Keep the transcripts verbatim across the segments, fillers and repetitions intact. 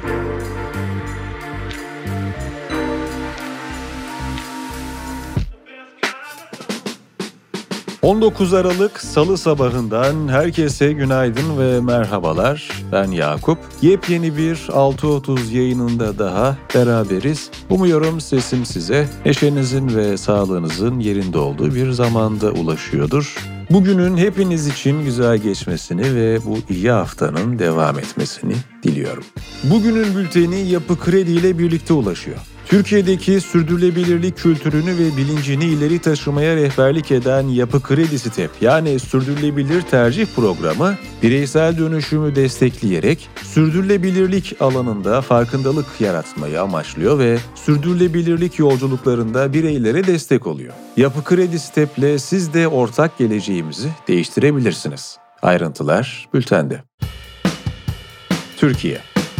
on dokuz Aralık Salı sabahından herkese günaydın ve merhabalar. Ben Yakup. Yepyeni bir altı otuz yayınında daha beraberiz. Umuyorum sesim size neşenizin ve sağlığınızın yerinde olduğu bir zamanda ulaşıyordur. Bugünün hepiniz için güzel geçmesini ve bu iyi haftanın devam etmesini diliyorum. Bugünün bülteni Yapı Kredi ile birlikte ulaşıyor. Türkiye'deki sürdürülebilirlik kültürünü ve bilincini ileri taşımaya rehberlik eden Yapı Kredi Step yani Sürdürülebilir Tercih Programı, bireysel dönüşümü destekleyerek sürdürülebilirlik alanında farkındalık yaratmayı amaçlıyor ve sürdürülebilirlik yolculuklarında bireylere destek oluyor. Yapı Kredi Step'le siz de ortak geleceğimizi değiştirebilirsiniz. Ayrıntılar bültende. Türkiye.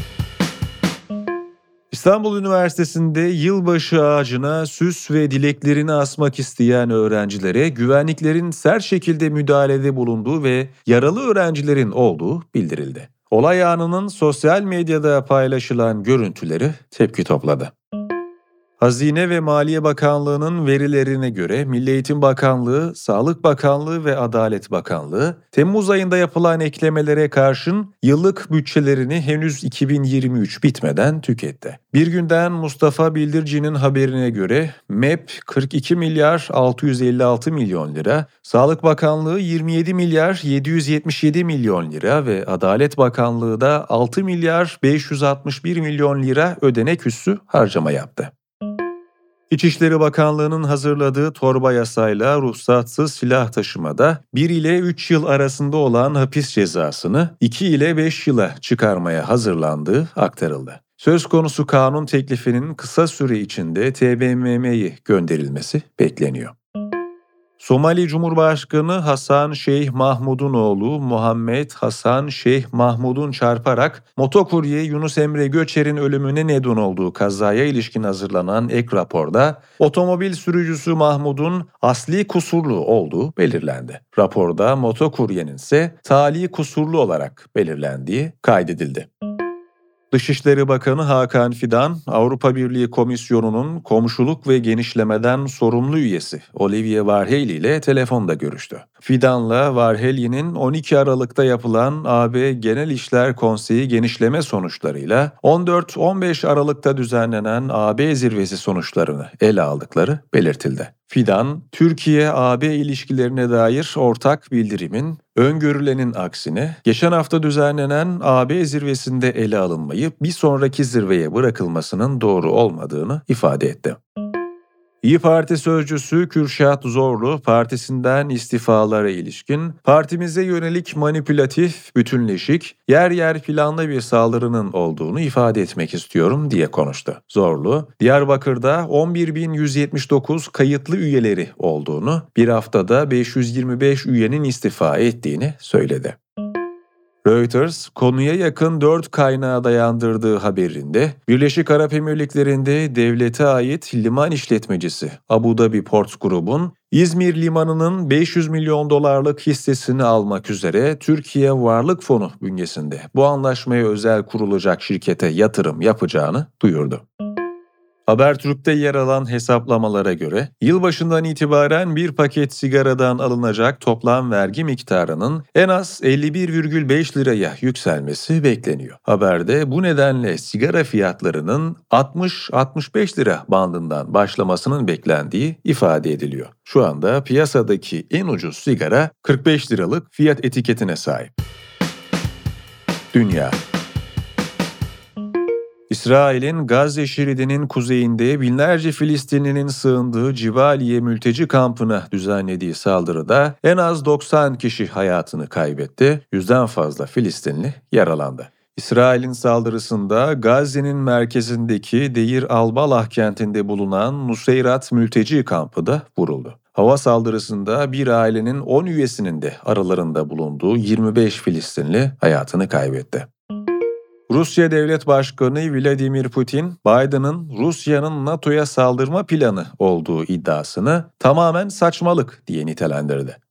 İstanbul Üniversitesi'nde yılbaşı ağacına süs ve dileklerini asmak isteyen öğrencilere güvenliklerin sert şekilde müdahalede bulunduğu ve yaralı öğrencilerin olduğu bildirildi. Olay anının sosyal medyada paylaşılan görüntüleri tepki topladı. Hazine ve Maliye Bakanlığı'nın verilerine göre Milli Eğitim Bakanlığı, Sağlık Bakanlığı ve Adalet Bakanlığı, Temmuz ayında yapılan eklemelere karşın yıllık bütçelerini henüz iki bin yirmi üç bitmeden tüketti. Bir günden Mustafa Bildirici'nin haberine göre M E P kırk iki milyar altı yüz elli altı milyon lira, Sağlık Bakanlığı yirmi yedi milyar yedi yüz yetmiş yedi milyon lira ve Adalet Bakanlığı da altı milyar beş yüz altmış bir milyon lira ödenek üssü harcama yaptı. İçişleri Bakanlığı'nın hazırladığı torba yasayla ruhsatsız silah taşımada bir ile üç yıl arasında olan hapis cezasını iki ile beş yıla çıkarmaya hazırlandığı aktarıldı. Söz konusu kanun teklifinin kısa süre içinde T B M M'ye gönderilmesi bekleniyor. Somali Cumhurbaşkanı Hasan Şeyh Mahmud'un oğlu Muhammed Hasan Şeyh Mahmud'un çarparak motokurye Yunus Emre Göçer'in ölümüne neden olduğu kazaya ilişkin hazırlanan ek raporda otomobil sürücüsü Mahmud'un asli kusurlu olduğu belirlendi. Raporda motokuryenin ise tali kusurlu olarak belirlendiği kaydedildi. Dışişleri Bakanı Hakan Fidan, Avrupa Birliği Komisyonu'nun komşuluk ve genişlemeden sorumlu üyesi Olivier Varhelyi ile telefonda görüştü. Fidan'la Varhelyi'nin on iki Aralık'ta yapılan A B Genel İşler Konseyi genişleme sonuçlarıyla on dört on beş Aralık'ta düzenlenen A B zirvesi sonuçlarını ele aldıkları belirtildi. Fidan, Türkiye-A B ilişkilerine dair ortak bildirimin, öngörülenin aksine, geçen hafta düzenlenen A B zirvesinde ele alınmayıp bir sonraki zirveye bırakılmasının doğru olmadığını ifade etti. İYİ Parti sözcüsü Kürşat Zorlu, partisinden istifalara ilişkin, partimize yönelik manipülatif, bütünleşik, yer yer planlı bir saldırının olduğunu ifade etmek istiyorum diye konuştu. Zorlu, Diyarbakır'da on bir bin yüz yetmiş dokuz kayıtlı üyeleri olduğunu, bir haftada beş yüz yirmi beş üyenin istifa ettiğini söyledi. Reuters, konuya yakın dört kaynağa dayandırdığı haberinde, Birleşik Arap Emirlikleri'nde devlete ait liman işletmecisi Abu Dhabi Port Group'un İzmir Limanı'nın beş yüz milyon dolarlık hissesini almak üzere Türkiye Varlık Fonu bünyesinde bu anlaşmaya özel kurulacak şirkete yatırım yapacağını duyurdu. Habertürk'te yer alan hesaplamalara göre, yılbaşından itibaren bir paket sigaradan alınacak toplam vergi miktarının en az elli bir virgül beş liraya yükselmesi bekleniyor. Haberde bu nedenle sigara fiyatlarının altmış altmış beş lira bandından başlamasının beklendiği ifade ediliyor. Şu anda piyasadaki en ucuz sigara kırk beş liralık fiyat etiketine sahip. Dünya. İsrail'in Gazze şeridinin kuzeyinde binlerce Filistinlinin sığındığı Cibaliye mülteci kampına düzenlediği saldırıda en az doksan kişi hayatını kaybetti, yüzden fazla Filistinli yaralandı. İsrail'in saldırısında Gazze'nin merkezindeki Deir al-Balah kentinde bulunan Nuseyrat mülteci kampı da vuruldu. Hava saldırısında bir ailenin on üyesinin de aralarında bulunduğu yirmi beş Filistinli hayatını kaybetti. Rusya Devlet Başkanı Vladimir Putin, Biden'ın Rusya'nın NATO'ya saldırma planı olduğu iddiasını tamamen saçmalık diye nitelendirdi.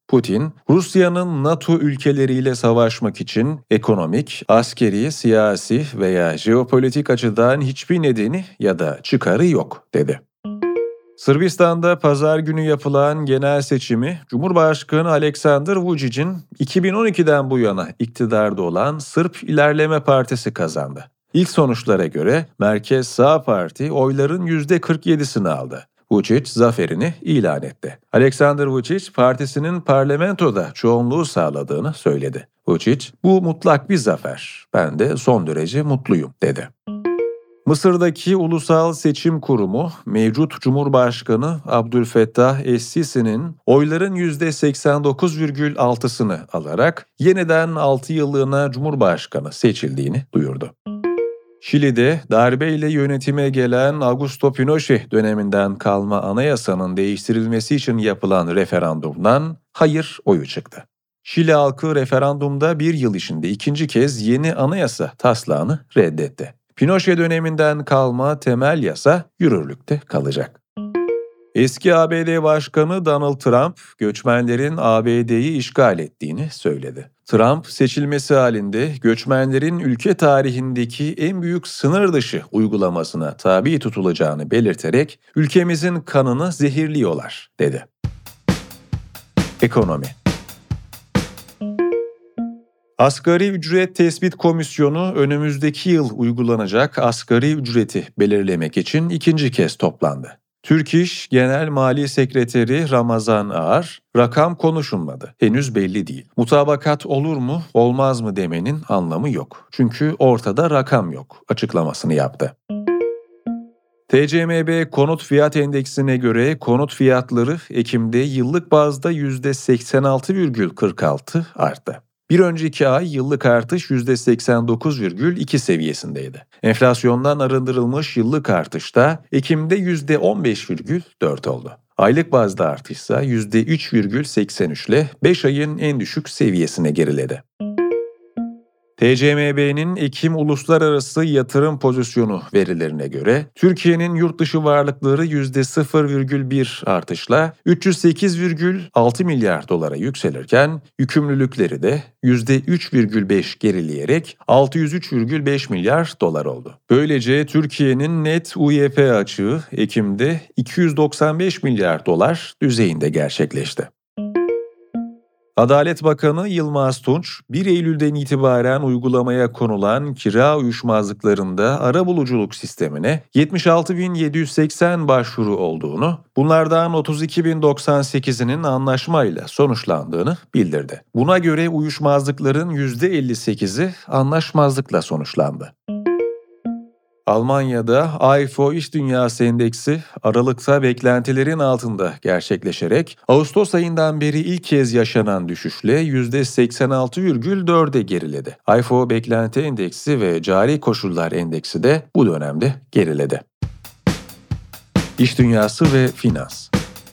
Putin, Rusya'nın NATO ülkeleriyle savaşmak için ekonomik, askeri, siyasi veya jeopolitik açıdan hiçbir nedeni ya da çıkarı yok, dedi. Sırbistan'da pazar günü yapılan genel seçimi, Cumhurbaşkanı Aleksandar Vučić'in iki bin on ikiden bu yana iktidarda olan Sırp İlerleme Partisi kazandı. İlk sonuçlara göre Merkez Sağ Parti oyların yüzde kırk yedisini aldı. Vučić zaferini ilan etti. Aleksandar Vučić partisinin parlamentoda çoğunluğu sağladığını söyledi. Vučić, "Bu mutlak bir zafer. Ben de son derece mutluyum," dedi. Mısır'daki Ulusal Seçim Kurumu, mevcut Cumhurbaşkanı Abdülfettah Es-Sisi'nin oyların yüzde seksen dokuz virgül altısını alarak yeniden altı yıllığına Cumhurbaşkanı seçildiğini duyurdu. Şili'de darbeyle yönetime gelen Augusto Pinochet döneminden kalma anayasanın değiştirilmesi için yapılan referandumdan hayır oyu çıktı. Şili halkı referandumda bir yıl içinde ikinci kez yeni anayasa taslağını reddetti. Pinochet döneminden kalma temel yasa yürürlükte kalacak. Eski A B D Başkanı Donald Trump, göçmenlerin A B D'yi işgal ettiğini söyledi. Trump, seçilmesi halinde göçmenlerin ülke tarihindeki en büyük sınır dışı uygulamasına tabi tutulacağını belirterek, "Ülkemizin kanını zehirliyorlar," dedi. Ekonomi. Asgari Ücret Tespit Komisyonu önümüzdeki yıl uygulanacak asgari ücreti belirlemek için ikinci kez toplandı. Türk İş Genel Mali Sekreteri Ramazan Ağar, "Rakam konuşulmadı, henüz belli değil. Mutabakat olur mu, olmaz mı demenin anlamı yok. Çünkü ortada rakam yok," açıklamasını yaptı. T C M B Konut Fiyat Endeksine göre konut fiyatları Ekim'de yıllık bazda yüzde seksen altı virgül kırk altı arttı. Bir önceki ay yıllık artış yüzde seksen dokuz virgül iki seviyesindeydi. Enflasyondan arındırılmış yıllık artış da Ekim'de yüzde on beş virgül dört oldu. Aylık bazda artış ise yüzde üç virgül seksen üç ile beş ayın en düşük seviyesine geriledi. T C M B'nin Ekim Uluslararası Yatırım Pozisyonu verilerine göre Türkiye'nin yurt dışı varlıkları yüzde sıfır virgül bir artışla üç yüz sekiz virgül altı milyar dolara yükselirken yükümlülükleri de yüzde üç virgül beş gerileyerek altı yüz üç virgül beş milyar dolar oldu. Böylece Türkiye'nin net U Y P açığı Ekim'de iki yüz doksan beş milyar dolar düzeyinde gerçekleşti. Adalet Bakanı Yılmaz Tunç, bir Eylül'den itibaren uygulamaya konulan kira uyuşmazlıklarında arabuluculuk sistemine yetmiş altı bin yedi yüz seksen başvuru olduğunu, bunlardan otuz iki bin doksan sekizinin anlaşmayla sonuçlandığını bildirdi. Buna göre uyuşmazlıkların yüzde elli sekizi anlaşmazlıkla sonuçlandı. Almanya'da Ifo İş Dünyası Endeksi Aralık'ta beklentilerin altında gerçekleşerek Ağustos ayından beri ilk kez yaşanan düşüşle yüzde seksen altı virgül dörde geriledi. Ifo Beklenti Endeksi ve Cari Koşullar Endeksi de bu dönemde geriledi. İş Dünyası ve Finans.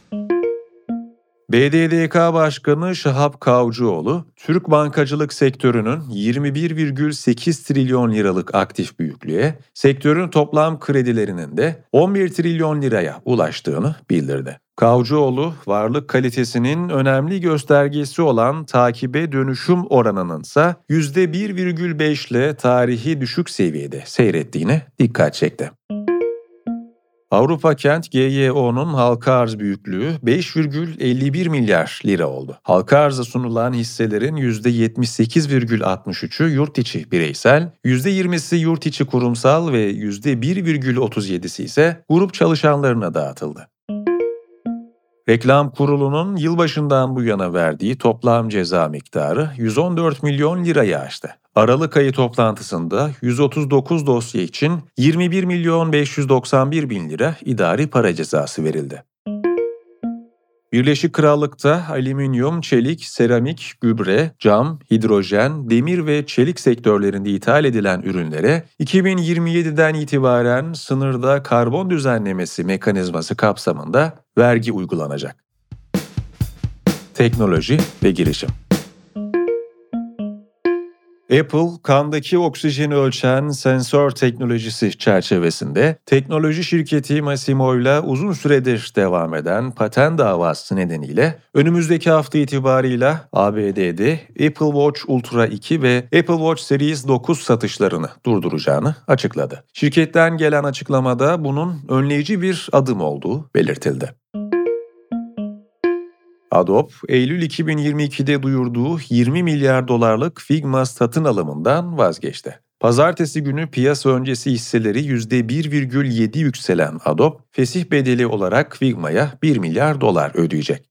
B D D K Başkanı Şahap Kavcıoğlu, Türk bankacılık sektörünün yirmi bir virgül sekiz trilyon liralık aktif büyüklüğe, sektörün toplam kredilerinin de on bir trilyon liraya ulaştığını bildirdi. Kavcıoğlu, varlık kalitesinin önemli göstergesi olan takibe dönüşüm oranının ise yüzde bir virgül beş ile tarihi düşük seviyede seyrettiğine dikkat çekti. Avrupa Kent G Y O'nun halka arz büyüklüğü beş virgül elli bir milyar lira oldu. Halka arza sunulan hisselerin yüzde yetmiş sekiz virgül altmış üçü yurt içi bireysel, yüzde yirmisi yurt içi kurumsal ve yüzde bir virgül otuz yedisi ise grup çalışanlarına dağıtıldı. Reklam Kurulu'nun yılbaşından bu yana verdiği toplam ceza miktarı yüz on dört milyon lirayı aştı. Aralık ayı toplantısında yüz otuz dokuz dosya için yirmi bir milyon beş yüz doksan bir bin lira idari para cezası verildi. Birleşik Krallık'ta alüminyum, çelik, seramik, gübre, cam, hidrojen, demir ve çelik sektörlerinde ithal edilen ürünlere iki bin yirmi yediden itibaren sınırda karbon düzenlemesi mekanizması kapsamında vergi uygulanacak. Teknoloji ve girişim. Apple, kandaki oksijeni ölçen sensör teknolojisi çerçevesinde teknoloji şirketi Masimo ile uzun süredir devam eden patent davası nedeniyle önümüzdeki hafta itibarıyla A B D'de Apple Watch Ultra iki ve Apple Watch Series dokuz satışlarını durduracağını açıkladı. Şirketten gelen açıklamada bunun önleyici bir adım olduğu belirtildi. Adobe, Eylül iki bin yirmi ikide duyurduğu yirmi milyar dolarlık Figma satın alımından vazgeçti. Pazartesi günü piyasa öncesi hisseleri yüzde bir virgül yedi yükselen Adobe, fesih bedeli olarak Figma'ya bir milyar dolar ödeyecek.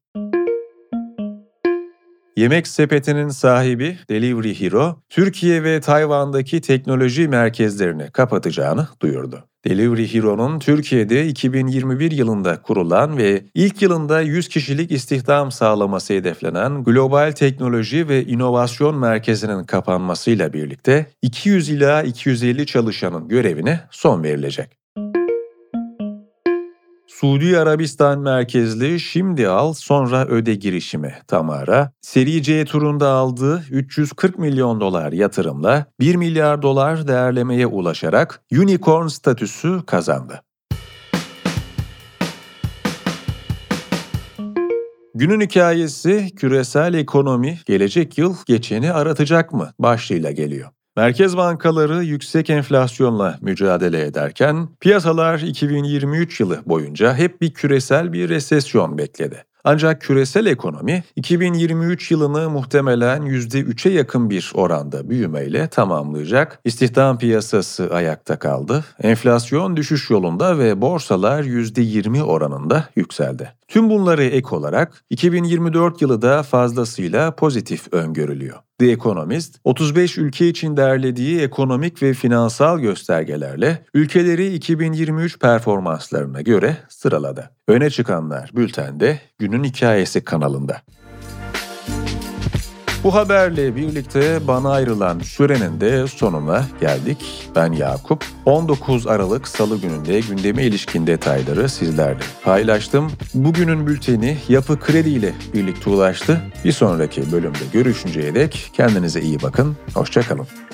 Yemek sepetinin sahibi Delivery Hero, Türkiye ve Tayvan'daki teknoloji merkezlerini kapatacağını duyurdu. Delivery Hero'nun Türkiye'de iki bin yirmi bir yılında kurulan ve ilk yılında yüz kişilik istihdam sağlaması hedeflenen Global Teknoloji ve İnovasyon Merkezi'nin kapanmasıyla birlikte iki yüz ila iki yüz elli çalışanın görevine son verilecek. Suudi Arabistan merkezli Şimdi Al Sonra Öde girişimi Tamara, seri C turunda aldığı üç yüz kırk milyon dolar yatırımla bir milyar dolar değerlemeye ulaşarak unicorn statüsü kazandı. Günün hikayesi küresel ekonomi gelecek yıl geçeni aratacak mı başlığıyla geliyor. Merkez bankaları yüksek enflasyonla mücadele ederken piyasalar iki bin yirmi üç yılı boyunca hep bir küresel bir resesyon bekledi. Ancak küresel ekonomi iki bin yirmi üç yılını muhtemelen yüzde üçe yakın bir oranda büyümeyle tamamlayacak. İstihdam piyasası ayakta kaldı. Enflasyon düşüş yolunda ve borsalar yüzde yirmi oranında yükseldi. Tüm bunları ek olarak iki bin yirmi dört yılı da fazlasıyla pozitif öngörülüyor. The Economist, otuz beş ülke için derlediği ekonomik ve finansal göstergelerle ülkeleri iki bin yirmi üç performanslarına göre sıraladı. Öne çıkanlar bültende Günün Hikayesi kanalında. Bu haberle birlikte bana ayrılan sürenin de sonuna geldik. Ben Yakup. on dokuz Aralık Salı gününde gündeme ilişkin detayları sizlerle paylaştım. Bugünün bülteni Yapı Kredi ile birlikte ulaştı. Bir sonraki bölümde görüşünceye dek kendinize iyi bakın. Hoşça kalın.